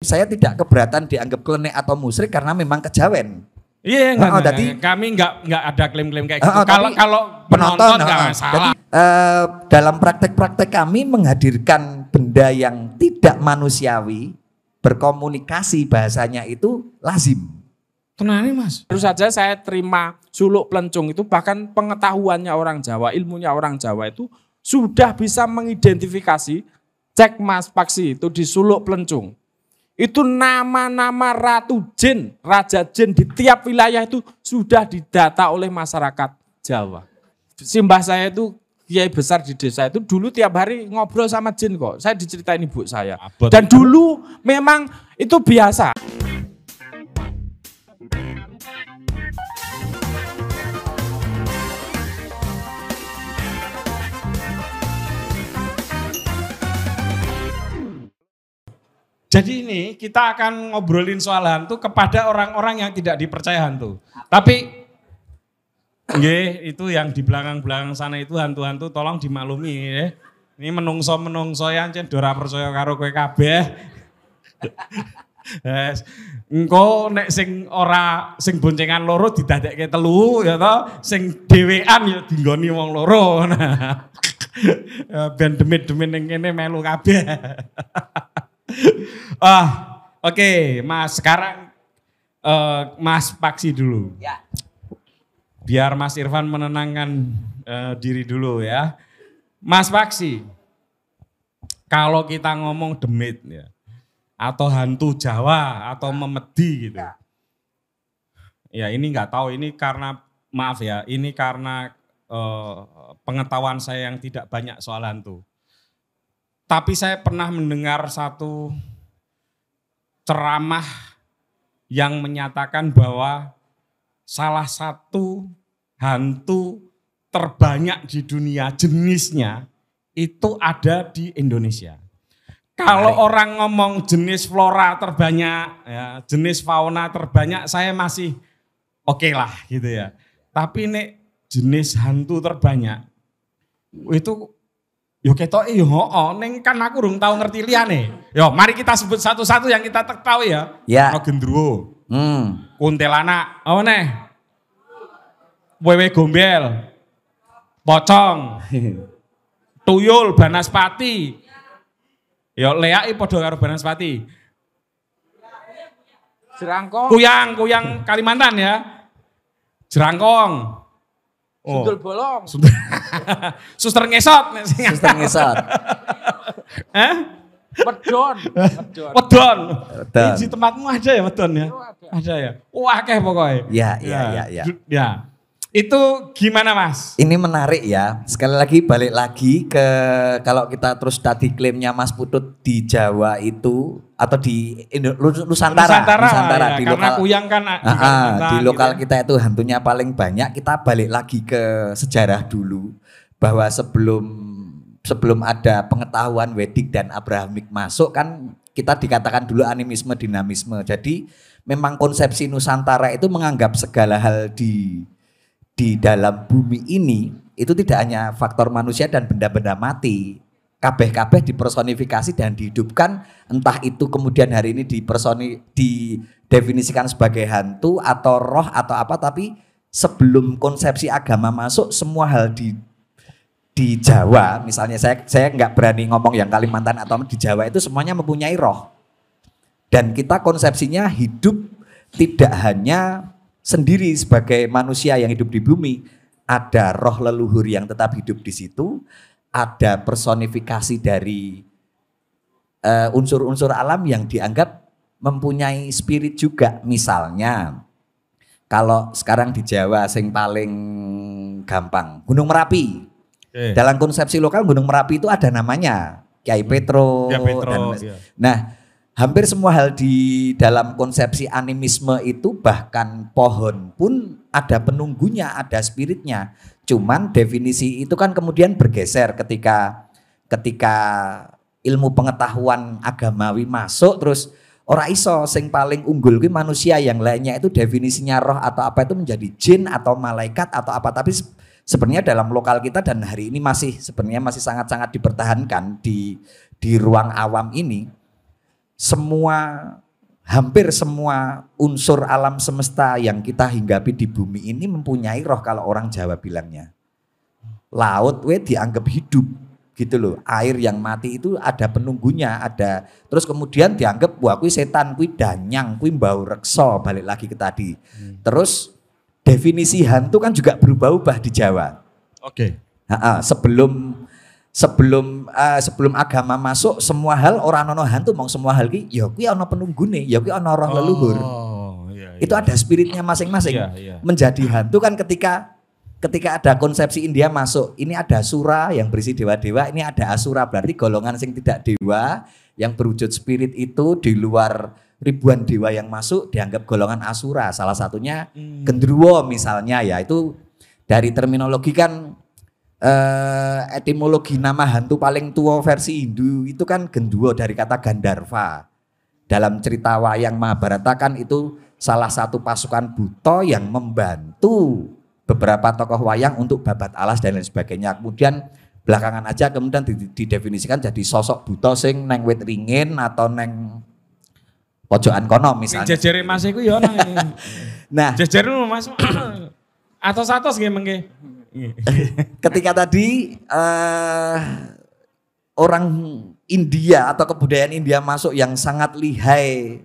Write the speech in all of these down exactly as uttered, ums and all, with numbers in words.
saya tidak keberatan dianggap klenik atau musyrik karena memang kejawen. Iya, enggak, oh, enggak, tadi, kami enggak enggak ada klaim-klaim kayak gitu. Oh, Kalau kalau penonton enggak oh, masalah. Jadi, uh, dalam praktek-praktek kami menghadirkan benda yang tidak manusiawi, berkomunikasi bahasanya itu lazim. Tenang Mas. Baru saja saya terima suluk pelencung itu, bahkan pengetahuannya orang Jawa, ilmunya orang Jawa itu sudah bisa mengidentifikasi, cek Mas Paksi itu di suluk pelencung. Itu nama-nama ratu jin, raja jin di tiap wilayah itu sudah didata oleh masyarakat Jawa. Simbah saya itu kiai besar di desa itu dulu tiap hari ngobrol sama jin kok. Saya diceritain ibu saya. Dan dulu memang itu biasa. Jadi ini kita akan ngobrolin soal hantu kepada orang-orang yang tidak dipercaya hantu. Tapi nggih, itu yang di belakang-belakang sana itu hantu-hantu tolong dimaklumi ya. Ini menungso-menungso yang ancen ora percaya karo kowe kabeh. Yes. Engko nek sing ora sing boncengan loro didadekke telu ya toh, sing dhewean ya dinggoni wong loro. Nah. Ben demit-demit ning kene melu kabeh. Ah, oke, okay, Mas. Sekarang uh, Mas Paksi dulu. Ya. Biar Mas Irfan menenangkan uh, diri dulu ya. Mas Paksi, kalau kita ngomong demit ya, atau hantu Jawa atau memedi gitu. Ya ini nggak tahu, ini karena maaf ya, ini karena uh, pengetahuan saya yang tidak banyak soal hantu. Tapi saya pernah mendengar satu ceramah yang menyatakan bahwa salah satu hantu terbanyak di dunia jenisnya itu ada di Indonesia. Kalau Mari. orang ngomong jenis flora terbanyak, ya, jenis fauna terbanyak, saya masih oke okay lah gitu ya. Tapi ini jenis hantu terbanyak itu yo ketok yo oh, neng kan aku urung tahu ngerti liyane. Yo mari kita sebut satu-satu yang kita tahu ya. Ya. Ono gendruwo. Hmm. Kuntilanak. Apa neh? Wewe gombel. Pocong. Tuyul, banaspati. Yo leaki padha karo banaspati. Jerangkong. Kuyang, kuyang Kalimantan ya. Jerangkong. Oh. Sundul bolong. Suster ngesot. Suster ngesot. Eh? Wedon. Wedon. Wedon. Di tempatmu ada ya wedon ya? Oh, ada. Ada ya? Wah, akeh pokoknya. Ya, ya, ya, ya. Ya. Itu gimana Mas? Ini menarik ya. Sekali lagi balik lagi ke kalau kita terus tadi klaimnya Mas Putut di Jawa itu atau di Nusantara, Nusantara, Nusantara ya, di karena lokal kuyang kan di, uh, di lokal gitu. Kita itu hantunya paling banyak. Kita balik lagi ke sejarah dulu bahwa sebelum sebelum ada pengetahuan Wedik dan Abrahamik masuk kan kita dikatakan dulu animisme dinamisme. Jadi memang konsepsi Nusantara itu menganggap segala hal di di dalam bumi ini itu tidak hanya faktor manusia dan benda-benda mati. Kabeh-kabeh dipersonifikasi dan dihidupkan, entah itu kemudian hari ini dipersoni, didefinisikan sebagai hantu atau roh atau apa, tapi sebelum konsepsi agama masuk semua hal di di Jawa, misalnya saya saya nggak berani ngomong yang Kalimantan atau di Jawa itu semuanya mempunyai roh. Dan kita konsepsinya hidup tidak hanya sendiri sebagai manusia yang hidup di bumi, ada roh leluhur yang tetap hidup di situ, ada personifikasi dari uh, unsur-unsur alam yang dianggap mempunyai spirit juga. Misalnya, kalau sekarang di Jawa yang paling gampang, Gunung Merapi. Okay. Dalam konsepsi lokal Gunung Merapi itu ada namanya, Kyai Petro. Ya, Petro dan, ya. Nah, hampir semua hal di dalam konsepsi animisme itu bahkan pohon pun ada penunggunya, ada spiritnya. Cuman definisi itu kan kemudian bergeser ketika ketika ilmu pengetahuan agamawi masuk, terus ora iso sing paling unggul ki manusia, yang lainnya itu definisinya roh atau apa itu menjadi jin atau malaikat atau apa. Tapi sebenarnya dalam lokal kita dan hari ini masih sebenarnya masih sangat-sangat dipertahankan di di ruang awam ini. semua hampir semua unsur alam semesta yang kita hinggapi di bumi ini mempunyai roh kalau orang Jawa bilangnya. Laut we dianggap hidup gitu loh. Air yang mati itu ada penunggunya, ada. Terus kemudian dianggap wah kuwi setan, kuwi danyang, kuwi bau reksa, balik lagi ke tadi. Hmm. Terus definisi hantu kan juga berubah-ubah di Jawa. Oke. Okay. Sebelum sebelum uh, sebelum agama masuk, semua hal orang ono hantu, mau semua hal ki ya kuwi ono penunggune, ya kuwi ono roh leluhur. Oh, iya, iya. Itu ada spiritnya masing-masing. Iya, iya. Menjadi hantu kan ketika ketika ada konsepsi India masuk, ini ada sura yang berisi dewa-dewa, ini ada asura, berarti golongan sing tidak dewa yang berwujud spirit itu di luar ribuan dewa yang masuk dianggap golongan asura. Salah satunya hmm. Gendruwo misalnya, ya itu dari terminologi kan eh, etimologi nama hantu paling tua versi Hindu itu kan Gendruwo dari kata Gandharva. Dalam cerita wayang Mahabharata kan itu salah satu pasukan buta yang membantu beberapa tokoh wayang untuk babat alas dan lain sebagainya. Kemudian belakangan aja kemudian didefinisikan jadi sosok buta sing neng wit ringin atau neng pojokan kono misalnya. Jejere Mas iku ya ono. Nah, jejere Mas atos-atos nggih mengke. Ketika tadi uh, orang India atau kebudayaan India masuk yang sangat lihai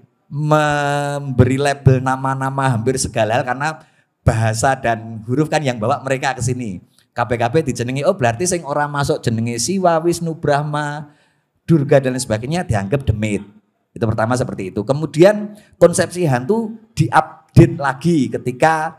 memberi label nama-nama hampir segala hal karena bahasa dan huruf kan yang bawa mereka ke sini. K P K P dijenengi, oh berarti sing ora masuk jenenge Siwa, Wisnu, Brahma, Durga dan lain sebagainya dianggap demit. Itu pertama seperti itu. Kemudian konsepsi hantu diupdate lagi ketika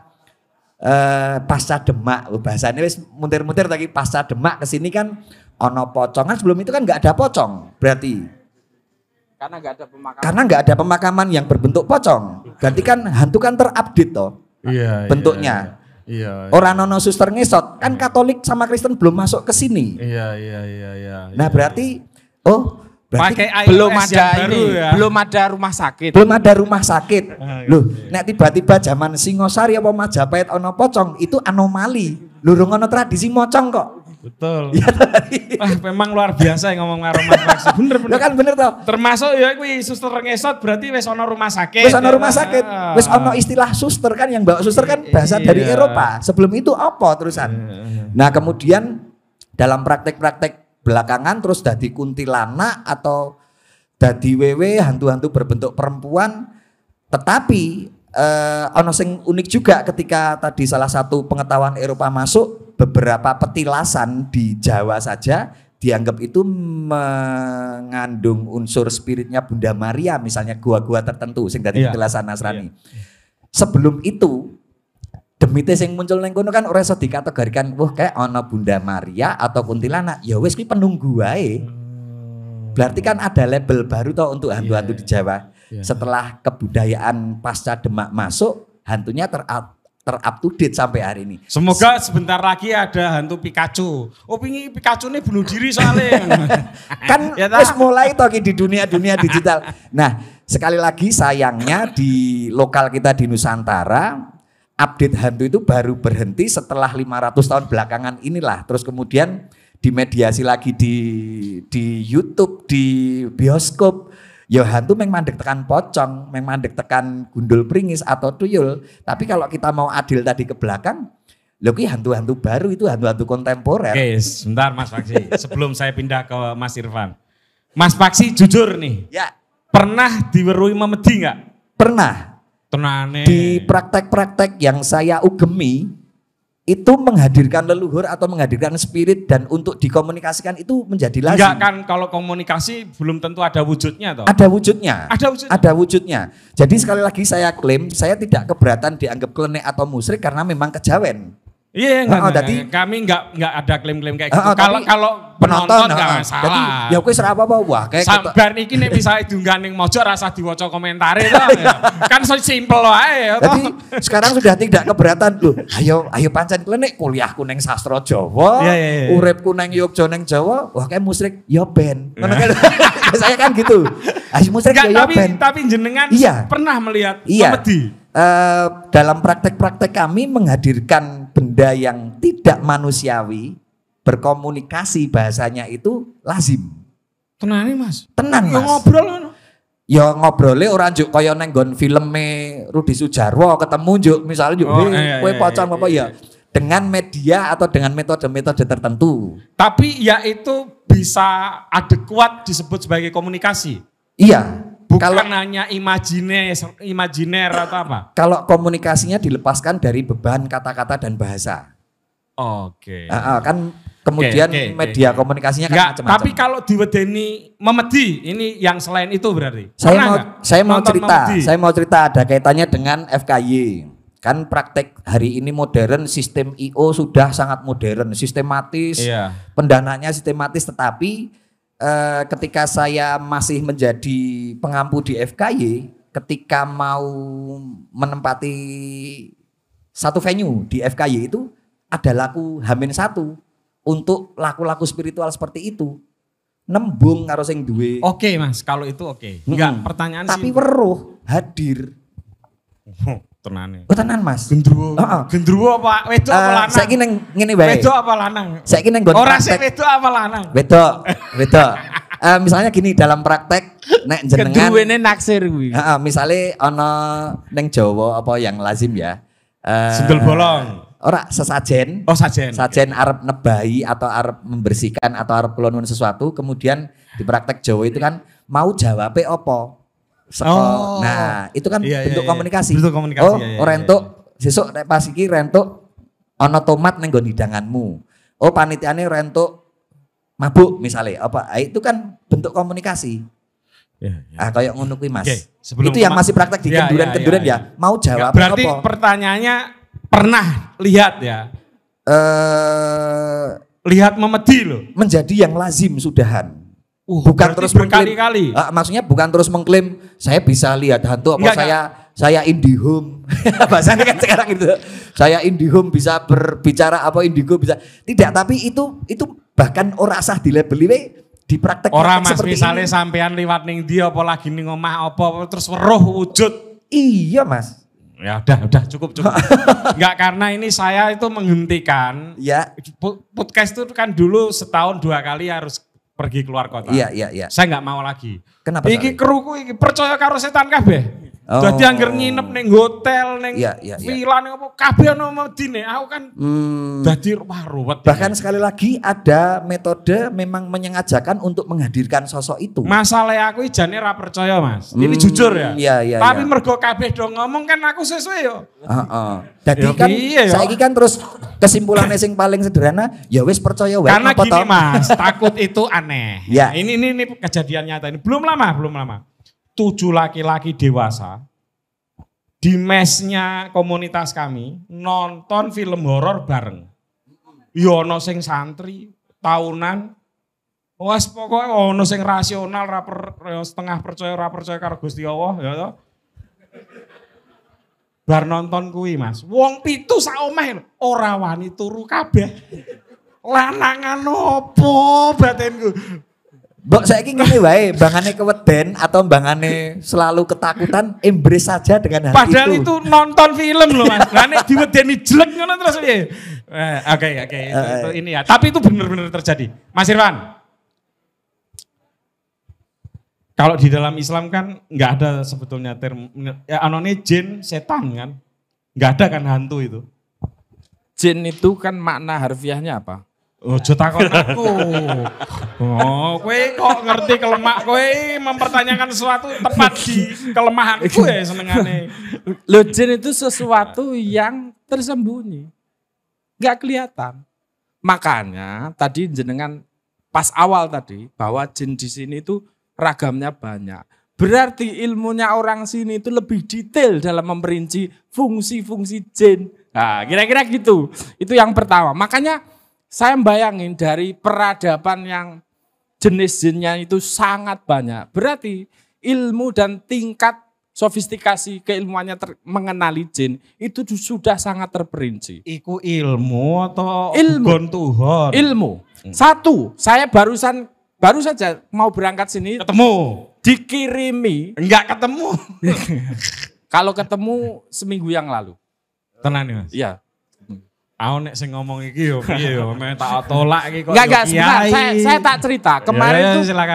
uh, pasca Demak. Bahasanya wis muntir-muntir lagi pasca Demak ke sini kan ono pocong. Kan sebelum itu kan enggak ada pocong. Berarti karena enggak ada pemakaman. Karena enggak ada pemakaman yang berbentuk pocong. Berarti kan hantu kan terupdate toh. Iya, bentuknya. Iya, iya. Orang nono suster ngesot, kan Katolik sama Kristen belum masuk ke sini. Iya, iya, iya, iya. Nah, berarti oh, berarti pakai belum ada ini, ya? belum ada rumah sakit. Belum ada rumah sakit. Ah, loh, iya. Nek tiba-tiba zaman Singosari apa Majapahit ono pocong, itu anomali. Lurung ono tradisi mocong kok. Betul. Ya, ah, memang luar biasa yang ngomong karo Mas Max. Bener bener. Lo kan bener toh. Termasuk ya kuwi suster ngesot berarti wis ono rumah sakit. Wis ono rumah sakit. Wis ono istilah suster kan, yang bawa suster kan bahasa iya. dari Eropa. Sebelum itu apa terusan? Iya. Nah, kemudian dalam praktek-praktek belakangan terus dadi kuntilanak atau dadi wewe, hantu-hantu berbentuk perempuan. Tetapi eh, ono sing unik juga ketika tadi salah satu pengetahuan Eropa masuk, beberapa petilasan di Jawa saja dianggap itu mengandung unsur spiritnya Bunda Maria, misalnya gua-gua tertentu sing dari iya. petilasan Nasrani. Iya. Sebelum itu demite sing muncul ning kono kan ora iso dikategorikan wah kayak ana Bunda Maria atau kuntilanak, ya wis kuwi penunggu wae. Berarti kan ada label baru toh untuk hantu-hantu iya, di Jawa. Iya. Setelah kebudayaan pasca Demak masuk, hantunya ter ter-up to date sampai hari ini. Semoga sebentar lagi ada hantu Pikachu. Oh pingi Pikachu ini bunuh diri soalnya. Kan ya wis mulai toki di dunia-dunia digital. Nah, sekali lagi sayangnya di lokal kita di Nusantara, update hantu itu baru berhenti setelah lima ratus tahun belakangan inilah. Terus kemudian dimediasi lagi di di YouTube, di bioskop. Ya hantu meng mandek tekan pocong, meng mandek tekan gundul pringis atau tuyul. Tapi kalau kita mau adil tadi ke belakang, loh ki hantu-hantu baru itu hantu-hantu kontemporer. Oke, sebentar Mas Paksi. Sebelum saya pindah ke Mas Irfan. Mas Paksi jujur nih. Ya. Pernah diwerui memedi nggak? Pernah. Tenane. Di praktek-praktek yang saya ugemi, itu menghadirkan leluhur atau menghadirkan spirit dan untuk dikomunikasikan itu menjadi lazim. Enggak kan, kalau komunikasi belum tentu ada wujudnya toh? Ada wujudnya. Ada wujudnya. Ada wujudnya. Jadi sekali lagi saya klaim, saya tidak keberatan dianggap klenik atau musyrik karena memang kejawen. Iya, enggak, oh, enggak, dadi, kami enggak enggak ada klaim-klaim kayak gitu. Oh, kalau kalau penonton enggak masalah. Jadi ya kowe ora apa-apa wah kayak sabar iki nek misalnya diunggah ning mojo rasa diwaca komentare to. Kan so simple wae ya. Jadi sekarang sudah tidak keberatan loh. Ayo ayo pancen klenik kuliahku ning sastra Jawa, yeah, yeah, yeah. uripku ning Yogya ning Jawa, wah kayak musyrik ya ben. Ngono kan. Saya kan gitu. Ayo musyrik ya tapi, ben. Tapi jenengan iya. pernah melihat iya. komedi? Uh, dalam praktek-praktek kami menghadirkan benda yang tidak manusiawi, berkomunikasi bahasanya itu lazim. Tenan nih Mas? Tenan Mas. Ngobrol. Ya ngobrolnya orang juk kaya neng nggon filme Rudi Sudjarwo ketemu juk misalnya juk Oh, hey, iya, kowe iya, pocong iya, apa iya. ya dengan media atau dengan metode-metode tertentu. Tapi ya itu bisa adekuat disebut sebagai komunikasi. Iya. Bukan Kalau hanya imajiner, imajiner atau apa? kalau komunikasinya dilepaskan dari beban kata-kata dan bahasa. Oke. Ah, ah, kan kemudian Oke, oke, media oke. komunikasinya kan Enggak, macam-macam. tapi kalau diwedeni memedi, ini yang selain itu berarti. Saya Pernah mau nggak saya mau nonton cerita, memedi? saya mau cerita ada kaitannya dengan F K Y. Kan praktek hari ini modern, sistem I O sudah sangat modern, sistematis, Iya. pendanaannya sistematis, tetapi eh, ketika saya masih menjadi pengampu di F K Y, ketika mau menempati satu venue di F K Y itu ada laku Hamin satu untuk laku-laku spiritual seperti itu. Nembung karo sing duwe. Oke Mas, kalau itu oke. Enggak, Mm-mm. pertanyaan Tapi sih. weruh hadir. Oh, tenane. Oh tenan Mas. Gendruwo. Heeh. Gendruwo apa? Wedok apa Eh, lanang? saiki neng ngene wae. Wedok apa lanang? Saiki neng nggon Ora sih praktek. wedok apa lanang? Wedok, wedok. Eh, misalnya gini dalam praktek nek jenengan Keduwene naksir kuwi. heeh, misale ana neng Jawa apa yang lazim ya. Eh, Sundel bolong. Ora sesajen. Oh sajen. Sajen arep nebahi atau arep membersihkan atau arep kelonun sesuatu, kemudian di praktek Jawa itu kan mau jawabe apa? Seko. Oh. Nah, itu kan Iya, iya, bentuk iya. komunikasi. Bentuk komunikasi, Oh, iya, iya, ora iya, entuk sesuk nek pas iki rentuk ana tomat ning nggon hidanganmu. Oh, panitiane ora entuk mabuk misalnya apa? Ah, itu kan bentuk komunikasi. Ya, ya. Ah, kayak ngono kuwi, Mas. Oke, sebelum itu yang kema- masih praktek di Ya, kenduran-kenduran ya, ya, ya. Mau jawab Berarti apa? pertanyaannya pernah lihat ya? Eh Lihat memedi loh. menjadi yang lazim sudahan. Uh, Bukan berarti terus mengklaim. berkali-kali. Ah, maksudnya bukan terus mengklaim saya bisa lihat hantu apa Enggak, saya saya IndiHome. Bahasanya kan sekarang gitu. Saya IndiHome bisa berbicara apa indigo bisa. Tidak, tapi itu itu bahkan ora sah dilabeli we di praktek Orang Mas seperti misalnya ini. sampean liwat ning ndi apa lagi ning omah apa terus weruh wujud. Iya, Mas. Ya udah udah cukup cukup. Enggak, karena ini saya itu menghentikan Ya. Po- podcast itu kan dulu setahun dua kali harus pergi keluar kota. Iya, iya, iya. Saya nggak mau lagi. Kenapa? Iki soalnya? kruku iki percaya karo setan kabeh. Oh. Dadi angger nginep ning hotel ning Iya, iya, iya. villa ning apa kabeh ono medine. Aku kan Hmm, dadi wah ruwet. bahkan sekali lagi ada metode memang menyengajakan untuk menghadirkan sosok itu. masalah aku jane ra percaya, Mas. Ini Hmm, jujur ya. iya, iya, Tapi iya. mergo kabeh do ngomong kan aku sesuai yo. Heeh. Jadi Ya, kan piye, yo? saiki kan terus kesimpulannya sing paling sederhana ya wis percaya wae Karena apa gini toh? Mas, takut itu aneh. Ya. Ini, ini ini kejadian nyata ini. Belum lama, belum lama. Tujuh laki-laki dewasa di mesnya komunitas kami nonton film horor bareng. Yo ono sing santri tahunan. Wes pokoknya ono sing rasional, ra per, setengah percaya, ra percaya karo Gusti Allah, ya toh. Bar nonton kuwi Mas, wong pitu sak omah ora wani turu kabeh. Lanangan opo batinku. Mbok saiki ngene wae, bangane keweden atau bangane selalu ketakutan, embrace saja dengan hal Padahal itu. itu nonton film loh Mas. Lah nek diwedeni jelek ngono terus piye? Eh, Oke oke itu, itu ini ya. Tapi itu benar-benar terjadi. Mas Irwan. Kalau di dalam Islam kan nggak ada sebetulnya term ya anone jin, setan kan. Nggak ada kan hantu itu. Jin itu kan makna harfiahnya apa? Oh, takon aku. Oh, kowe kok ngerti kelemak kowe mempertanyakan sesuatu tepat di kelemahanku ya senengane. Loh, jin itu sesuatu yang tersembunyi. Nggak kelihatan. Makanya tadi jenengan pas awal tadi bahwa jin di sini itu ragamnya banyak. Berarti ilmunya orang sini itu lebih detail dalam memperinci fungsi-fungsi jin. Nah, kira-kira gitu. Itu yang pertama. Makanya saya bayangin dari peradaban yang jenis jinnya itu sangat banyak. Berarti ilmu dan tingkat sofistikasi keilmuannya ter- mengenali jin itu sudah sangat terperinci. Iku ilmu atau Ilmu. gon Tuhan? Ilmu. Satu, saya barusan baru saja mau berangkat sini Ketemu? dikirimi. Enggak ketemu. Kalau ketemu seminggu yang lalu. Tenan ya Mas? Iya. Aku nek sing ngomong iki yo piye yo, men tak tolak iki kok. Enggak, yo enggak, sebentar. kiai. Saya, saya tak cerita. Kemarin Ya, ya, tuh silakan.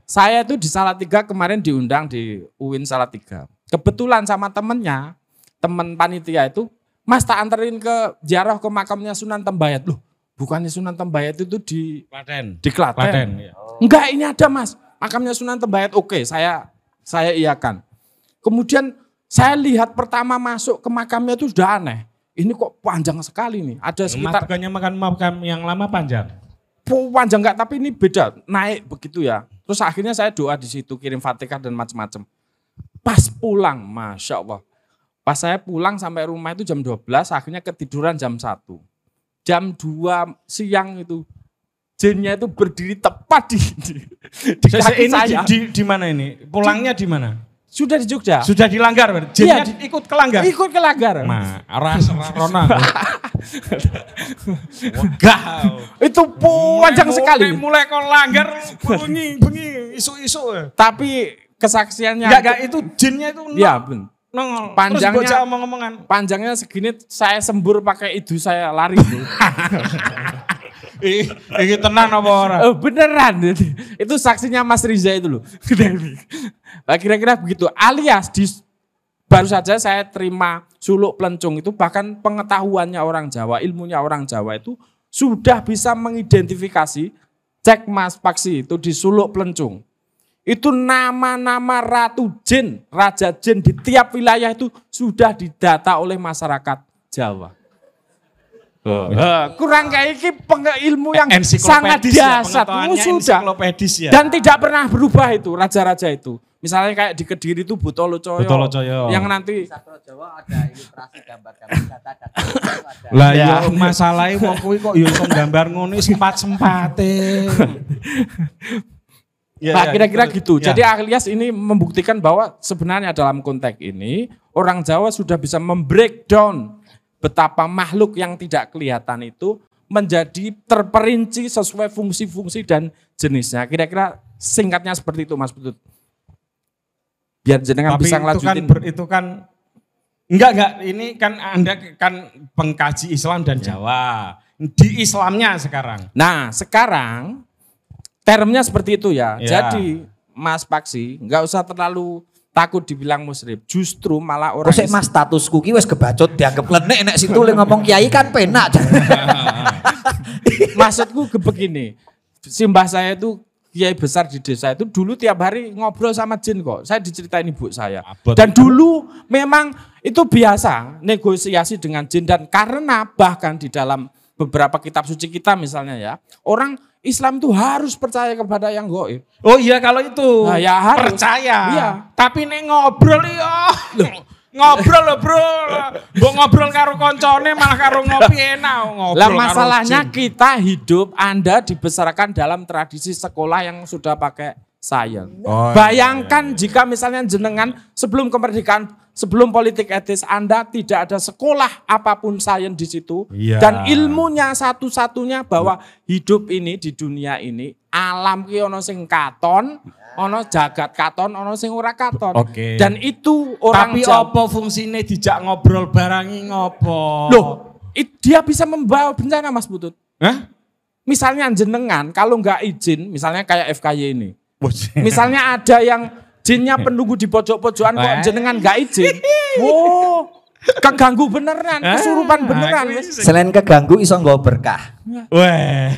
saya itu di Salatiga kemarin diundang di U I N Salatiga. Kebetulan sama temennya, teman panitia itu, Mas tak anterin ke ziarah ke makamnya Sunan Tembayat. Loh, bukannya Sunan Tembayat itu di Klaten. Di Klaten. Klaten ya. Enggak, ini ada Mas. Makamnya Sunan Tembayat. Oke, saya saya iakan. Kemudian saya lihat pertama masuk ke makamnya itu sudah aneh. Ini kok panjang sekali nih. Ada sekitar Bukannya makan makam yang lama panjang. panjang enggak, tapi ini beda, naik begitu ya. Terus akhirnya saya doa di situ, kirim Fatihah dan macam-macam. Pas pulang, Masya Allah. Pas saya pulang sampai rumah itu jam dua belas, akhirnya ketiduran jam satu. Jam dua siang itu, jinnya itu berdiri tepat di, di, di Saya, kaki ini saya. Di, di mana ini? Pulangnya di mana? Sudah di Jogja. Sudah dilanggar, jinnya Iya, di, ikut kelanggar. Ikut ke Langgar. Ma, ras rona. Wegah. Itu panjang sekali. Mulai kau langgar, bengi, bengi, isu-isu. Tapi kesaksiannya. Enggak, enggak, itu jinnya itu Iya, benar. nongol. Panjangnya- Terus bocah omong-omongan. Panjangnya segini, saya sembur pakai idu saya lari. Bro. Ih, ini tenang apa orang? Oh, beneran. Itu saksinya Mas Riza itu loh. Nah, kira-kira begitu. Alias di, baru saja saya terima suluk pelencung itu, bahkan pengetahuannya orang Jawa, ilmunya orang Jawa itu sudah bisa mengidentifikasi cek Mas Paksi itu di suluk pelencung. Itu nama-nama ratu jin, raja jin di tiap wilayah itu sudah didata oleh masyarakat Jawa. Uh, kurang kayak ini penge- ilmu yang sangat Ensiklopedis ya, dasar. pengetahuannya Oh, sudah. ensiklopedis ya. Dan tidak pernah berubah itu raja-raja itu. Misalnya kayak di Kediri itu Butolo Coyo. Butolo Coyo. Yang nanti Sastra Jawa ada ilustrasi gambar-gambar data-data ada. Lah Ya. ya masalahnya wong kuwi kok yo iso gambar ngono sempat-sempate. Ya, nah, ya, kira-kira itu. gitu. Ya. Jadi alias ini membuktikan bahwa sebenarnya dalam konteks ini orang Jawa sudah bisa membreakdown betapa makhluk yang tidak kelihatan itu menjadi terperinci sesuai fungsi-fungsi dan jenisnya. Kira-kira singkatnya seperti itu Mas Putut. Biar jenengan Tapi bisa itu kan ngelanjutin. ber- itu kan enggak enggak ini kan Anda kan pengkaji Islam dan Jawa. Di Islamnya sekarang. Nah, sekarang termnya seperti itu ya. Ya. Jadi Mas Paksi nggak usah terlalu takut dibilang musyrik. Justru malah orang Kok sik Mas statusku ki wis kebacot dianggap lenek nek situ le ngomong kiai kan penak. Maksudku ke begini, simbah saya itu kiai besar di desa itu dulu tiap hari ngobrol sama jin kok. Saya diceritain ibu saya. Abot. Dan dulu memang itu biasa negosiasi dengan jin, dan karena bahkan di dalam beberapa kitab suci kita misalnya ya, orang Islam itu harus percaya kepada yang gaib. Oh iya kalau itu Nah, ya harus. percaya. Iya. Tapi nek ngobrol yo. Ngobrol lho, Bro. Mbok ngobrol karo koncone malah karo ngopi enak ngobrol. Lah karo masalahnya jin. kita hidup, Anda dibesarkan dalam tradisi sekolah yang sudah pakai sains. Oh, Bayangkan jika misalnya jenengan sebelum kemerdekaan, sebelum politik etis, Anda tidak ada sekolah apapun sains di situ. Iya. Dan ilmunya satu-satunya bahwa hidup ini di dunia ini, alam ki ono sing katon, ono jagat katon, ono sing ora katon. Oke. Dan itu orang Tapi Jawa- apa fungsine dijak ngobrol barangi ngopo? Loh, it- dia bisa membawa bencana Mas Putut. Hah? Misalnya jenengan kalau nggak izin, misalnya kayak F K Y ini. Bos. Misalnya ada yang jinnya penunggu di pojok-pojokan kok Eh. jenengan nggak izin. Oh, keganggu beneran, kesurupan beneran. aku wis. Selain keganggu iso nggawa berkah. Weh.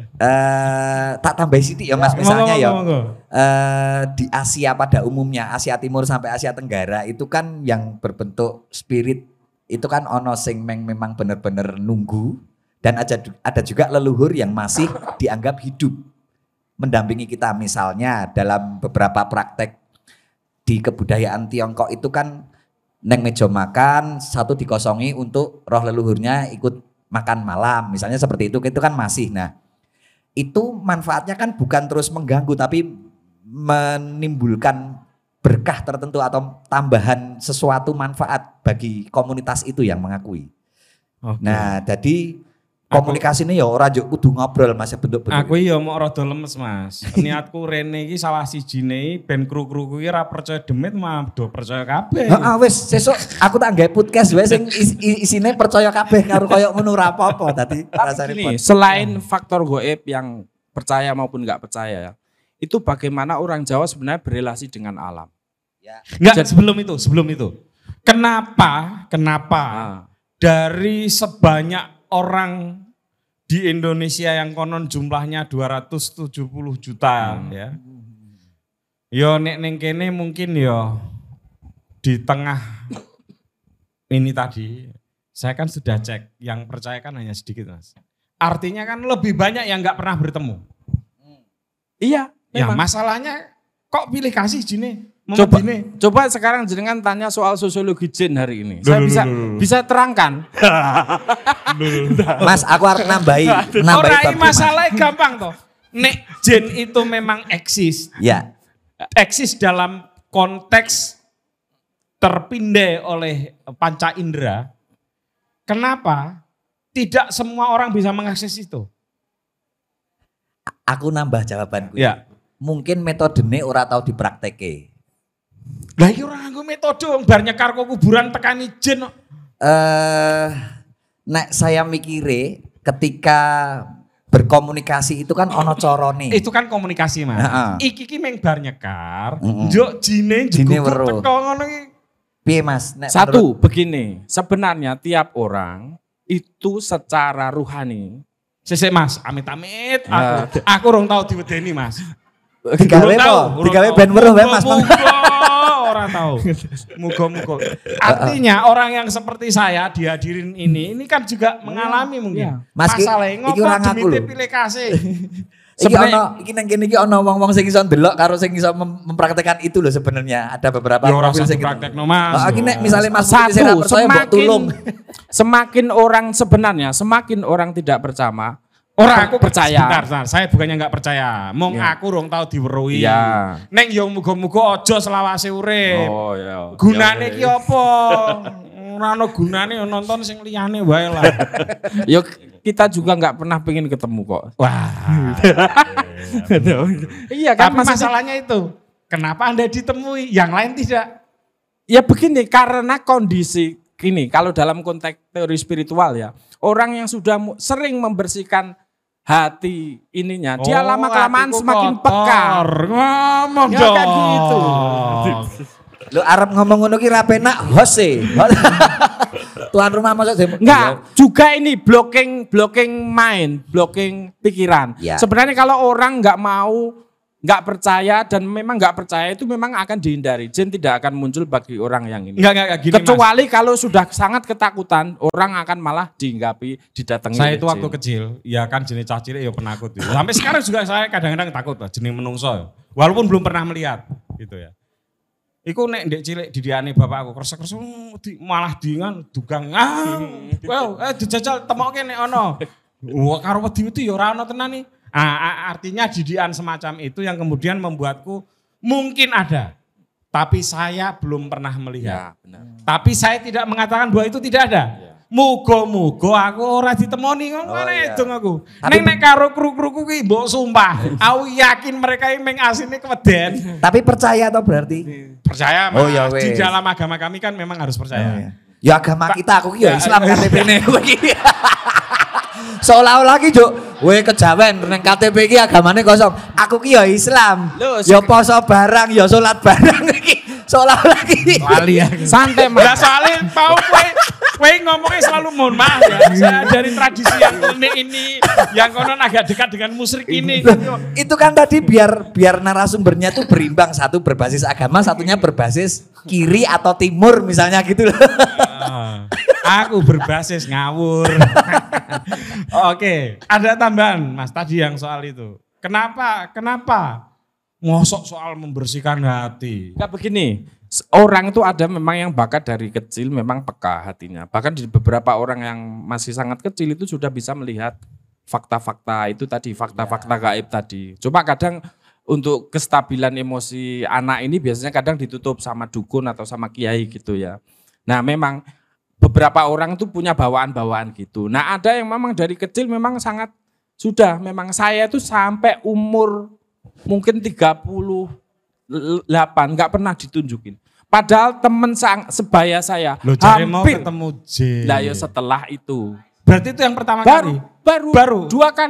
Eh tak tambah sithik ya Mas misalnya Monggo, ya. monggo. Eh di Asia pada umumnya, Asia Timur sampai Asia Tenggara itu kan yang berbentuk spirit itu kan ono sing meng- memang benar-benar nunggu, dan ada ada juga leluhur yang masih dianggap hidup mendampingi kita. Misalnya dalam beberapa praktek di kebudayaan Tiongkok itu kan neng meja makan satu dikosongi untuk roh leluhurnya ikut makan malam, misalnya seperti itu, itu kan masih. Nah itu manfaatnya kan bukan terus mengganggu tapi menimbulkan berkah tertentu atau tambahan sesuatu manfaat bagi komunitas itu yang mengakui. Oke. Nah jadi komunikasi ini ya ora njuk kudu ngobrol Mas bentuk-bentuk. Aku ya mau rada lemes Mas. Niatku rene iki salah sijine ben kru-kru kuwi ora percaya demit mah do percaya kabeh. Heeh wis sesuk aku tak gawe podcast wae sing is- is- isine percaya kabeh karo koyo ngono ora apa-apa dadi rasane Gini, podcast. selain faktor goib yang percaya maupun nggak percaya, ya, itu bagaimana orang Jawa sebenarnya berrelasi dengan alam. Ya. Enggak, sebelum itu, sebelum itu. Kenapa, kenapa Ah. dari sebanyak orang di Indonesia yang konon jumlahnya dua ratus tujuh puluh juta Hmm. ya. Yo nek ning kene mungkin yo di tengah ini tadi saya kan sudah cek, yang percaya kan hanya sedikit Mas. Artinya kan lebih banyak yang nggak pernah bertemu. Iya, Ya memang. masalahnya kok pilih kasih jine? Coba, Memedine? coba sekarang jenengan tanya soal sosiologi jin hari ini. Duh, Saya duh, bisa duh, duh. bisa terangkan. Mas, aku harus nambahi, nambahi Orang bab iki, Mas. masalahnya gampang toh. Nek jin itu memang eksis, Ya, eksis dalam konteks terpindai oleh panca indera. Kenapa tidak semua orang bisa mengakses itu? aku nambah jawabanku. Ya. Mungkin metodenya ora tau diprakteke. Lah iki ora nganggo metode wong bar nyekar kok kuburan tekani jin kok. Eh, nek saya mikire ketika berkomunikasi itu kan ono corone. Itu kan komunikasi Mas. Heeh. Iki ki meng bar nyekar, Mm-mm. njuk jine Jine njeguk weruh. teko ngono iki. Piye Mas? Nek Satu, begini, sebenarnya tiap orang itu secara ruhani. Sesek Mas, amit-amit Ya. aku. Aku rong tau diwedeni Mas. menurut- digawe Urung tahu, po, urung digawe tahu. ben weruh wae Mas. Muga-muga orang tahu. Muga-muga. Artinya orang yang seperti saya dihadirin ini, ini kan juga mengalami mungkin. Iya. Mas, ki- Masalahnya iki ngopo orang aku demite lho. pilih kasih. Iki Sebenarnya- ono iki nang kene iki ono wong-wong sing iso ndelok karo sing iso mem- mempraktekkan itu loh sebenarnya. Ada beberapa Ya ora usah profil sing dipraktekno, Mas. Oh, iki nek misalnya Mas Satu, Putri ora percaya mbok semakin tulung. semakin orang sebenarnya semakin orang tidak percaya. Orang aku percaya. Sebentar, sebentar. Saya bukannya nggak percaya. Mong Ya. aku rong tau diweruhi. Ya. Neng yo muga-muga aja selawase urip. Oh ya. Gunane ki apa? Ora ono gunane nonton sing liyane wae lah. Yo kita juga nggak pernah pengen ketemu kok. Wah. Iya kan Tapi maksudnya- masalahnya itu, kenapa Anda ditemui, yang lain tidak? Ya begini, karena kondisi gini, kalau dalam konteks teori spiritual ya, orang yang sudah mu- sering membersihkan hati ininya, dia Oh, lama-kelamaan hatiku semakin kotor. peka. Ngomong Ya, dong. kayak gitu. Lu arep ngomong ngono ki ra penak host e. Tuan rumah masuk dem- Enggak, juga ini blocking blocking mind, blocking pikiran. Ya. Sebenarnya kalau orang nggak mau, nggak percaya dan memang nggak percaya itu memang akan dihindari. Jin tidak akan muncul bagi orang yang ini. Enggak, enggak, enggak, gini Kecuali kalau sudah sangat ketakutan, orang akan malah dihinggapi, didatangi. Mas. Saya oleh itu waktu jin. kecil, ya kan jenis cah cilik ya penakut. Ya. Sampai sekarang juga saya kadang-kadang takut lah, jenis menungso. Ya. Walaupun belum pernah melihat, gitu ya. Iku nek ndek cilik didiane bapak aku kresek-kresek di, malah dingan dugang. Ah, wow, eh dijajal temoke nek ono. Wah, karo wedi-wedi ya ora ono tenan nih. Ah, a- artinya didikan semacam itu yang kemudian membuatku mungkin ada. Tapi saya belum pernah melihat. Ya, benar. Tapi saya tidak mengatakan bahwa itu tidak ada. Mugo-mugo aku ora ditemoni ngono Oh, iya. edung aku. Tapi- Neng nek karo kru-kruku ki mbok sumpah, aku yakin mereka ini meng asine keweden. Tapi percaya atau berarti? Percaya Mas, Oh, ya di wes. dalam agama kami kan memang harus Oh, percaya. iya. Ya agama kita aku ki ya Ya, Islam ya. K T P-ne kowe iki. Seolah-olah ki juk, we kejawen nang K T P iki agamane kosong. Aku ki ya Islam. Loh, Ya poso barang, ya salat barang iki. Seolah-olah ki. Lali ya. Santai Lah mas. soalnya mau kowe kowe ngomongnya selalu mohon maaf ya. Saya dari tradisi yang unik ini, yang konon agak dekat dengan musyrik ini. Loh, itu kan tadi biar biar narasumbernya tuh berimbang, satu berbasis agama, satunya berbasis kiri atau timur misalnya gitu loh. Ah, aku berbasis ngawur. Oke, ada tambahan Mas tadi yang soal itu. Kenapa? Kenapa? Ngosok soal membersihkan hati. Enggak begini, s- orang itu ada memang yang bakat dari kecil memang peka hatinya. Bahkan di beberapa orang yang masih sangat kecil itu sudah bisa melihat fakta-fakta itu tadi, fakta-fakta gaib tadi. Cuma kadang untuk kestabilan emosi anak ini biasanya kadang ditutup sama dukun atau sama kiai gitu ya. Nah memang beberapa orang itu punya bawaan-bawaan gitu. Nah ada yang memang dari kecil memang sangat sudah, memang saya itu sampai umur mungkin tiga puluh delapan nggak pernah ditunjukin. Padahal teman sang sebaya saya Lo cari mau hampir. ketemu J. Lah ya setelah itu Berarti itu yang pertama baru, kali. baru Baru? dua kali.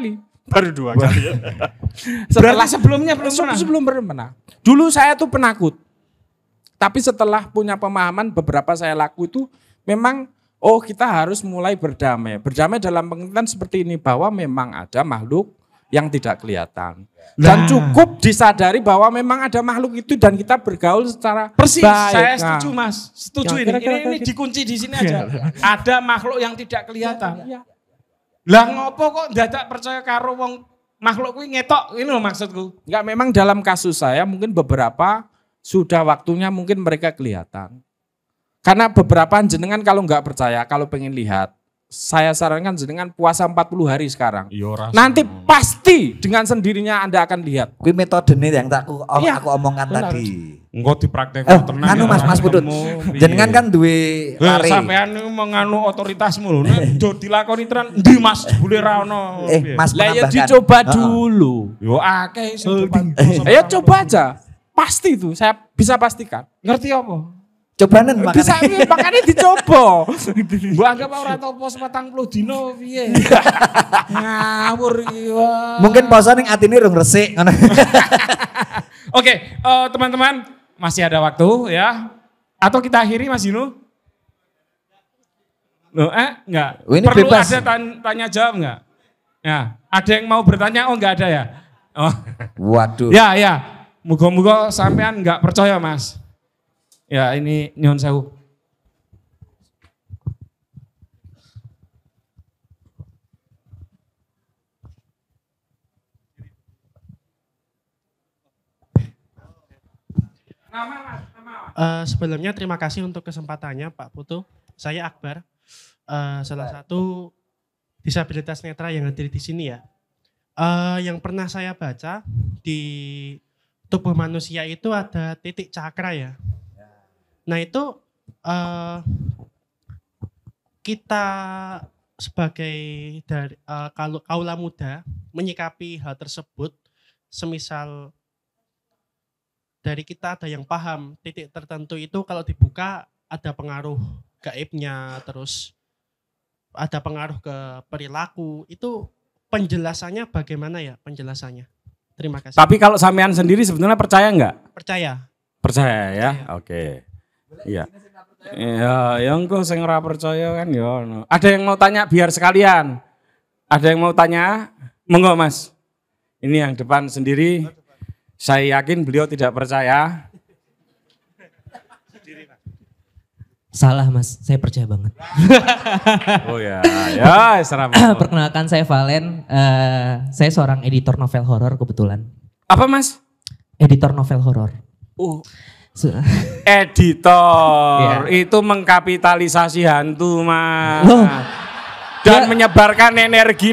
Baru dua kali. Berarti sebelumnya belum Se- pernah? Sebelum pernah. Dulu saya tuh penakut. Tapi setelah punya pemahaman beberapa saya laku itu memang oh kita harus mulai berdamai. Berdamai dalam pengertian seperti ini bahwa memang ada makhluk yang tidak kelihatan. Dan Nah. cukup disadari bahwa memang ada makhluk itu dan kita bergaul secara Persis, baik. saya Nah, setuju Mas. Setuju Ya, ini. kira-kira Ini, ini kayak gitu. dikunci di sini aja. Ada makhluk yang tidak kelihatan. ya. Lah ngopo kok dadak percaya karo wong makhluk kuwi ngetok, ini loh maksudku. Enggak, memang dalam kasus saya mungkin beberapa sudah waktunya mungkin mereka kelihatan. Karena beberapa jenengan kalau nggak percaya, kalau pengen lihat, saya sarankan jenengan puasa empat puluh hari sekarang. Nanti pasti dengan sendirinya Anda akan lihat. Kuwi metodene yang tak aku, om- Iya, aku omongkan benar. tadi. Engko dipraktek Eh, anu Mas Mas Putut. Jenengan kan duwe lari. sampean niku menganu otoritasmu lho. Nek do dilakoni tenan ndi Mas jebule ra ono. Eh, Mas Lah ya menambahkan. dicoba Heeh. dulu. Yo akeh sing coba. Ayo coba aja. Pasti itu, saya bisa pastikan. Ngerti apa? Cobanen Bisa makanya. makanya dicoba. Mbok anggap ora tau pos petang puluh dino piye. Ngawur iki. wah. Mungkin poso ning atine rung resik ngono. Oke, eh, teman-teman masih ada waktu ya. Atau kita akhiri Mas Dino? Loh, eh enggak. Oh, ini Perlu bebas. ada tan- tanya jawab enggak? Ya, ada yang mau bertanya? Oh, enggak ada ya. Oh. Waduh. Ya, ya. Muga-muga sampean enggak percaya, Mas. Ya, ini nyuwun sewu. Nama, Mas, nama. Eh, sebelumnya terima kasih untuk kesempatannya Pak Putu. Saya Akbar, eh, salah satu disabilitas netra yang hadir di sini ya. Eh, yang pernah saya baca di tubuh manusia itu ada titik cakra ya. Nah itu eh, kita sebagai dari eh, kalau kaula muda menyikapi hal tersebut, semisal dari kita ada yang paham titik tertentu itu kalau dibuka ada pengaruh gaibnya, terus ada pengaruh ke perilaku, itu penjelasannya bagaimana ya penjelasannya? Terima kasih. Tapi kalau sampean sendiri sebetulnya percaya enggak? Percaya. Percaya ya? Oke. Iya. Ya, yang kok sing ora percaya kan ya. ono. Ada yang mau tanya biar sekalian. Ada yang mau tanya? Monggo Mas. Ini yang depan sendiri. Saya yakin beliau tidak percaya. Salah Mas, saya percaya banget. Oh ya, ya serap. Perkenalkan saya Valen, eh, saya seorang editor novel horor kebetulan. Apa Mas? Editor novel horor. Oh, Se- editor. Iya. Itu mengkapitalisasi hantu, Mas. Loh. Dan Ya. menyebarkan energi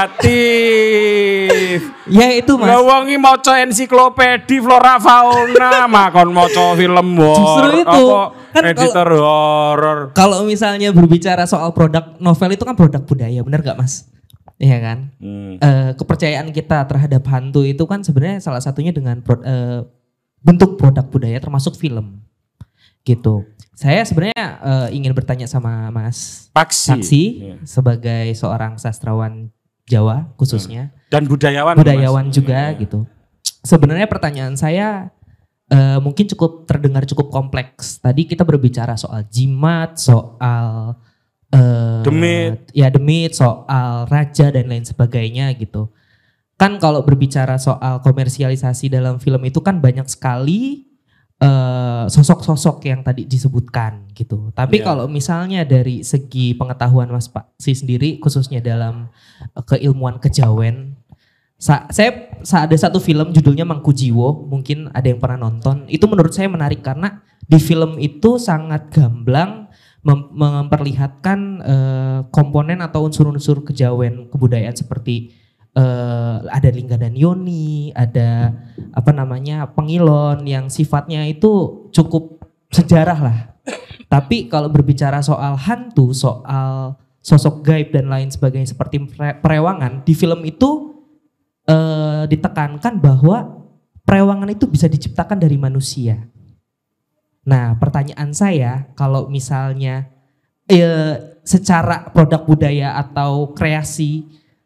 negatif. Ya itu Mas. Lah wong iki maca ensiklopedi flora fauna, makon maca film horor. Justru itu. Apa Kan editor horor. Kalau misalnya berbicara soal produk novel itu kan produk budaya, benar gak Mas? Iya kan? Hmm. Eh, kepercayaan kita terhadap hantu itu kan sebenarnya salah satunya dengan pro- eh, bentuk produk budaya termasuk film. Gitu. Saya sebenarnya eh, ingin bertanya sama Mas Paksi. Saksi Iya. sebagai seorang sastrawan Jawa khususnya, Dan budayawan. budayawan Mas. juga Iya. gitu. Sebenarnya pertanyaan saya eh, mungkin cukup terdengar cukup kompleks. Tadi kita berbicara soal jimat, soal eh, Demit. ya demit, soal raja dan lain sebagainya gitu. Kan kalau berbicara soal komersialisasi dalam film itu kan banyak sekali eh, sosok-sosok yang tadi disebutkan gitu. Tapi Iya. kalau misalnya dari segi pengetahuan Mas Pak si sendiri khususnya dalam eh, keilmuan kejawen, sa saya sa ada satu film judulnya Mangku Jiwo, mungkin ada yang pernah nonton. Itu menurut saya menarik karena di film itu sangat gamblang mem- memperlihatkan eh, komponen atau unsur-unsur kejawen kebudayaan seperti eh, ada Lingga dan Yoni, ada apa namanya pengilon yang sifatnya itu cukup sejarah lah. Tapi kalau berbicara soal hantu, soal sosok gaib dan lain sebagainya seperti pre- perewangan di film itu eh, ditekankan bahwa perewangan itu bisa diciptakan dari manusia. Nah, pertanyaan saya kalau misalnya eh, secara produk budaya atau kreasi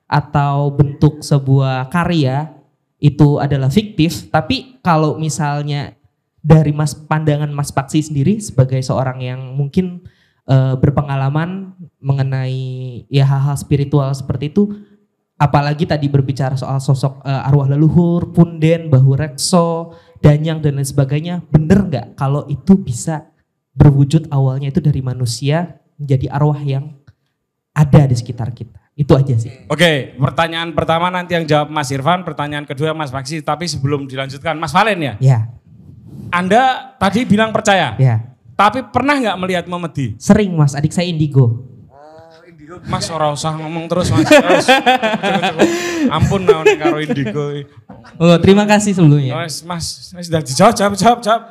atau bentuk sebuah karya itu adalah fiktif, tapi kalau misalnya dari Mas pandangan Mas Paksi sendiri sebagai seorang yang mungkin uh, berpengalaman mengenai ya hal-hal spiritual seperti itu, apalagi tadi berbicara soal sosok uh, arwah leluhur, punden, bahu rekso, danyang dan lain sebagainya, bener nggak kalau itu bisa berwujud awalnya itu dari manusia menjadi arwah yang ada di sekitar kita? Itu aja sih. Oke, pertanyaan pertama nanti yang jawab Mas Irfan, pertanyaan kedua Mas Paksi, tapi sebelum dilanjutkan Mas Valen ya? Ya. Anda tadi bilang percaya, Ya. tapi pernah nggak melihat memedi? Sering Mas, adik saya indigo. Mas ora usah ngomong terus Mas. Terus, cukup, cukup. Ampun naon karo indigo. Oh, terima kasih sebelumnya. Mas, Mas, Mas sudah dijawab, jawab, jawab, jawab.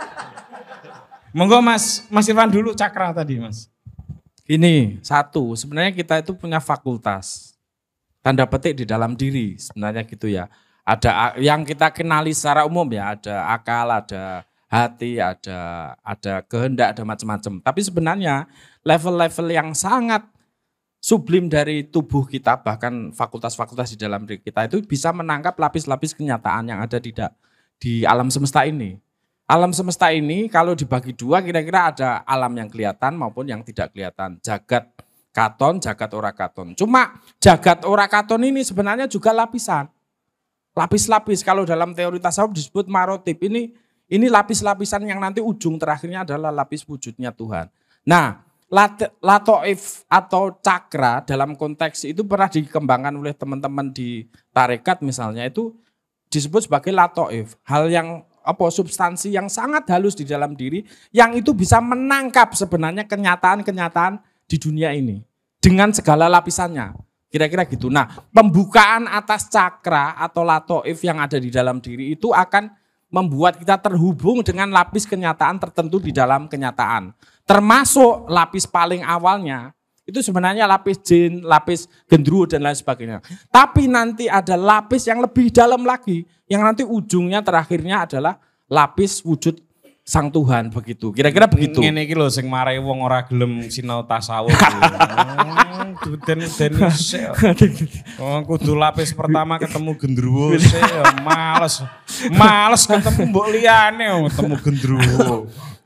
Monggo Mas, Mas Irfan dulu cakra tadi Mas. Ini satu, sebenarnya kita itu punya fakultas, tanda petik di dalam diri sebenarnya gitu ya. Ada yang kita kenali secara umum ya, ada akal, ada hati, ada ada kehendak, ada macam-macam. Tapi sebenarnya level-level yang sangat sublim dari tubuh kita, bahkan fakultas-fakultas di dalam diri kita itu bisa menangkap lapis-lapis kenyataan yang ada di, di alam semesta ini. Alam semesta ini kalau dibagi dua kira-kira ada alam yang kelihatan maupun yang tidak kelihatan. Jagat katon, jagat ora katon. Cuma jagat ora katon ini sebenarnya juga lapisan. Lapis-lapis kalau dalam teori tasawuf disebut marotip. Ini ini lapis-lapisan yang nanti ujung terakhirnya adalah lapis wujudnya Tuhan. Nah, latoif atau cakra dalam konteks itu pernah dikembangkan oleh teman-teman di tarekat misalnya, itu disebut sebagai latoif. Hal yang apa substansi yang sangat halus di dalam diri yang itu bisa menangkap sebenarnya kenyataan-kenyataan di dunia ini dengan segala lapisannya. Kira-kira gitu. Nah, pembukaan atas cakra atau latoif yang ada di dalam diri itu akan membuat kita terhubung dengan lapis kenyataan tertentu di dalam kenyataan. Termasuk lapis paling awalnya itu sebenarnya lapis jin, lapis gendruwo dan lain sebagainya. Tapi nanti ada lapis yang lebih dalam lagi, yang nanti ujungnya terakhirnya adalah lapis wujud Sang Tuhan begitu. Kira-kira begitu. Ngene iki lho sing marai wong ora gelem sinau tasawuf. Duden-duden sik. Oh, kudu lapis pertama ketemu gendruwo sik, males. Males ketemu mbok liyane ketemu gendruwo.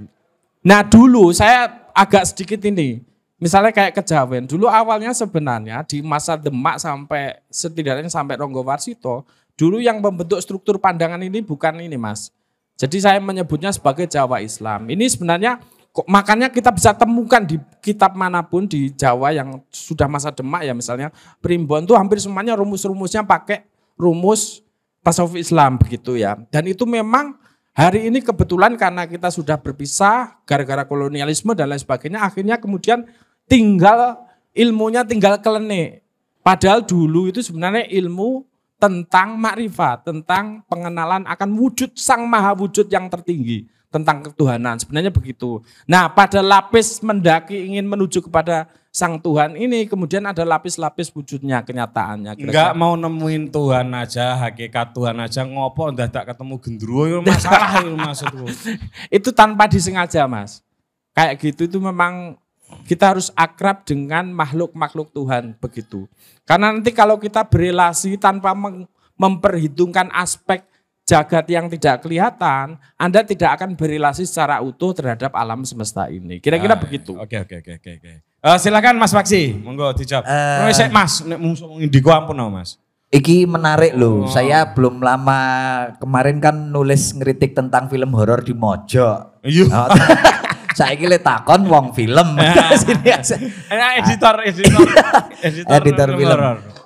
Nah, dulu saya agak sedikit ini misalnya kayak kejawen, dulu awalnya sebenarnya di masa Demak sampai setidaknya sampai Ronggo Warsito, dulu yang membentuk struktur pandangan ini bukan ini Mas. Jadi saya menyebutnya sebagai Jawa Islam. Ini sebenarnya makanya kita bisa temukan di kitab manapun di Jawa yang sudah masa Demak ya misalnya, Primbon itu hampir semuanya rumus-rumusnya pakai rumus tasawuf Islam begitu ya. Dan itu memang hari ini kebetulan karena kita sudah berpisah gara-gara kolonialisme dan lain sebagainya, akhirnya kemudian tinggal ilmunya tinggal kelenik. Padahal dulu itu sebenarnya ilmu tentang makrifat, tentang pengenalan akan wujud Sang Maha Wujud yang tertinggi, tentang ketuhanan. Sebenarnya begitu. Nah, pada lapis mendaki ingin menuju kepada Sang Tuhan ini, kemudian ada lapis-lapis wujudnya, kenyataannya. Kira-kira. Enggak mau nemuin Tuhan aja, hakikat Tuhan aja, ngopo ndak tak ketemu gendruwo itu masalah itu maksudku. Itu tanpa disengaja Mas. Kayak gitu itu memang kita harus akrab dengan makhluk-makhluk Tuhan begitu. Karena nanti kalau kita berelasi tanpa memperhitungkan aspek jagat yang tidak kelihatan, Anda tidak akan berelasi secara utuh terhadap alam semesta ini. Kira-kira ah, begitu. Oke oke oke oke oke. Uh, silakan Mas Paksi, monggo dijawab. Uh, Mas, Mas, nek musuh indigo ampun no, Mas. Iki menarik loh. Oh. Saya belum lama kemarin kan nulis ngeritik tentang film horor di Mojok. Iya. Oh, saya kira takon wong film. Sini aja. editor, editor, editor, editor film.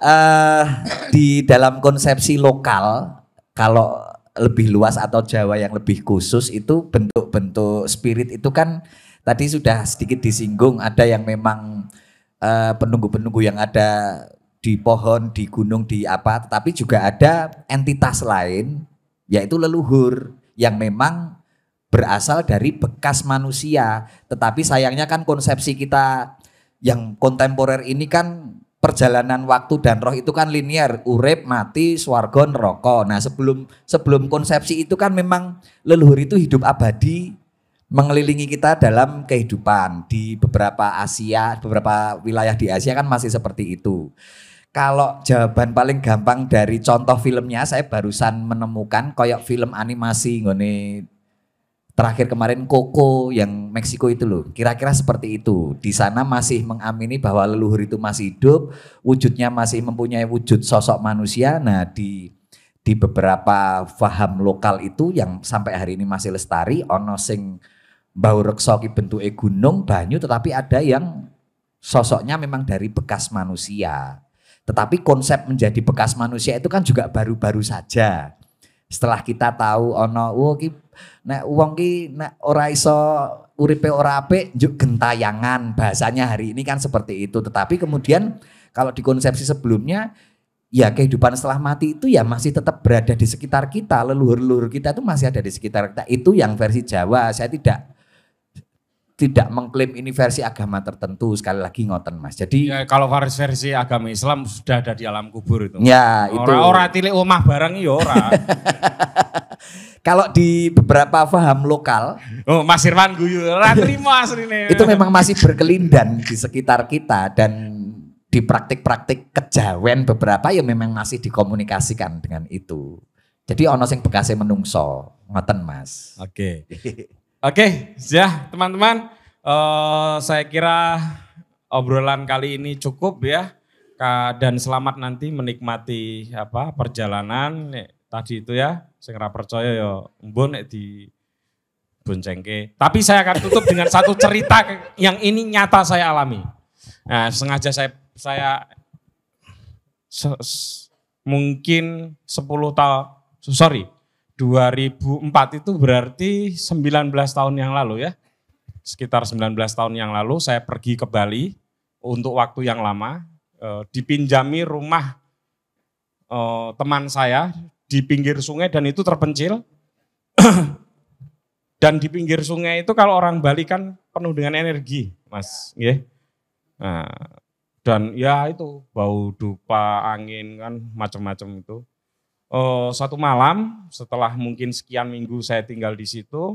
Uh, di dalam konsepsi lokal, kalau lebih luas atau Jawa yang lebih khusus itu bentuk-bentuk spirit itu kan tadi sudah sedikit disinggung. Ada yang memang uh, penunggu-penunggu yang ada di pohon, di gunung, di apa. Tetapi juga ada entitas lain yaitu leluhur yang memang berasal dari bekas manusia, tetapi sayangnya kan konsepsi kita yang kontemporer ini kan perjalanan waktu dan roh itu kan linear, urip, mati, swarga, neraka. Nah, sebelum sebelum konsepsi itu kan memang leluhur itu hidup abadi mengelilingi kita dalam kehidupan. Di beberapa Asia, beberapa wilayah di Asia kan masih seperti itu. Kalau jawaban paling gampang dari contoh filmnya, saya barusan menemukan koyok film animasi nggone terakhir kemarin Coco yang Meksiko itu loh. Kira-kira seperti itu. Di sana masih mengamini bahwa leluhur itu masih hidup, wujudnya masih mempunyai wujud sosok manusia. Nah, di di beberapa faham lokal itu yang sampai hari ini masih lestari, ono sing bau reksa ki bentuke gunung, banyu, tetapi ada yang sosoknya memang dari bekas manusia. Tetapi konsep menjadi bekas manusia itu kan juga baru-baru saja. Setelah kita tahu ono oh ki nek wong ki nek ora iso uripe ora apik njuk gentayangan, bahasanya hari ini kan seperti itu. Tetapi kemudian kalau di konsepsi sebelumnya ya kehidupan setelah mati itu ya masih tetap berada di sekitar kita, leluhur-leluhur kita itu masih ada di sekitar kita. Itu yang versi Jawa. Saya tidak tidak mengklaim ini versi agama tertentu, sekali lagi ngoten Mas. Jadi ya, kalau versi versi agama Islam sudah ada di alam kubur itu. Ya, itu. Ora-ora tilik omah barang ya ora. Kalau di beberapa paham lokal, oh Mas Irwan guyu, ora trimo asline. Itu memang masih berkelindan di sekitar kita dan di praktik-praktik kejawen beberapa ya memang masih dikomunikasikan dengan itu. Jadi ono sing bekase menungso, ngoten Mas. Oke. Oke, ya teman-teman, uh, saya kira obrolan kali ini cukup ya, dan selamat nanti menikmati apa perjalanan nek, tadi itu ya, sing ora percaya ya mbon nek di boncengke. Tapi saya akan tutup dengan satu cerita yang ini nyata saya alami. Nah, sengaja saya saya se, se, mungkin sepuluh tahun, sorry. dua ribu empat itu berarti sembilan belas tahun yang lalu ya. Sekitar sembilan belas tahun yang lalu saya pergi ke Bali untuk waktu yang lama. E, dipinjami rumah e, teman saya di pinggir sungai dan itu terpencil. Dan di pinggir sungai itu kalau orang Bali kan penuh dengan energi Mas. Yeah. Nah, dan ya itu bau dupa, angin kan macam-macam itu. Uh, satu malam setelah mungkin sekian minggu saya tinggal di situ,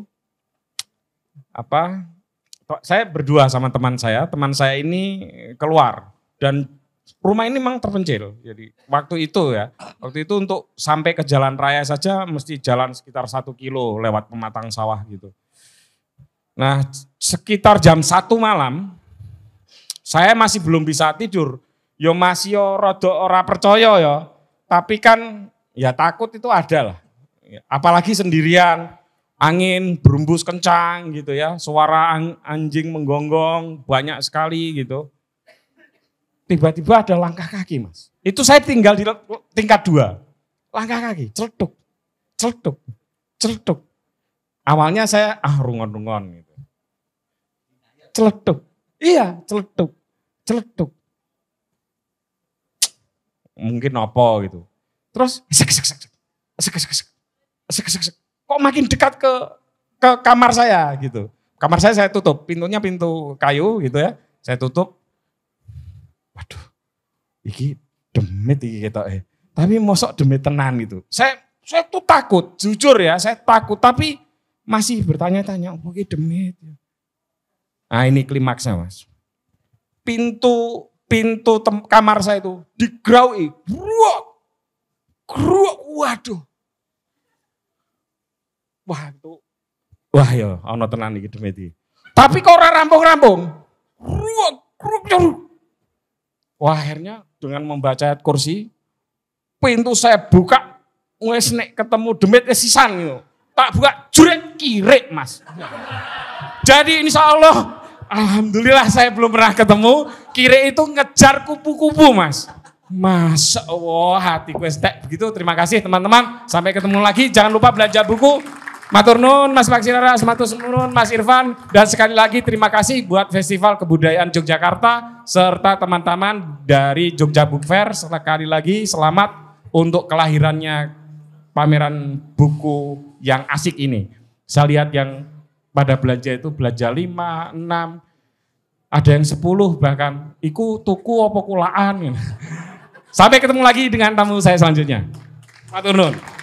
apa? Saya berdua sama teman saya. Teman saya ini keluar dan rumah ini memang terpencil. Jadi waktu itu ya, waktu itu untuk sampai ke jalan raya saja mesti jalan sekitar satu kilo lewat pematang sawah gitu. Nah sekitar jam satu malam saya masih belum bisa tidur. Yo masih yo rodo ora percaya ya, tapi kan ya takut itu ada lah, apalagi sendirian, angin berembus kencang gitu ya, suara anjing menggonggong banyak sekali gitu. Tiba-tiba ada langkah kaki Mas, itu saya tinggal di tingkat dua, langkah kaki, celetuk, celetuk, celetuk. Awalnya saya ah rungon-rungon gitu, celetuk, iya celetuk, celetuk. Mungkin apa gitu. Terus sek, sek, sek, sek, sek, sek, sek, sek, sek. Kok makin dekat ke ke kamar saya gitu. Kamar saya saya tutup, pintunya pintu kayu gitu ya. Saya tutup. Waduh, iki demit iki kita eh. Tapi mosok demit tenan gitu. Saya saya tuh takut, jujur ya, saya takut tapi masih bertanya-tanya, oh iki demit. Nah ini klimaksnya Mas. Pintu pintu tem, kamar saya itu digraui. Bruak. Gruak, waduh. Wah itu, wah ya, ono tenan iki demeti. Tapi kok ora rampung-rampung. Gruak, gruak. Wah akhirnya dengan membaca ayat kursi, pintu saya buka, wes nek ketemu demit sisan gitu. Tak buka, jurek kirik Mas. Jadi insya Allah, alhamdulillah saya belum pernah ketemu, kirik itu ngejar kupu-kupu Mas. Masya Allah, hatiku estek begitu. Terima kasih teman-teman. Sampai ketemu lagi. Jangan lupa belanja buku. Matur nuwun Mas Maksirara, matur nuwun Mas Irfan. Dan sekali lagi terima kasih buat Festival Kebudayaan Yogyakarta serta teman-teman dari Jogja Book Fair. Sekali lagi selamat untuk kelahirannya pameran buku yang asik ini. Saya lihat yang pada belanja itu belanja lima, enam, ada yang sepuluh bahkan. Iku tuku apa kulaan. Sampai ketemu lagi dengan tamu saya selanjutnya. Matur nuwun.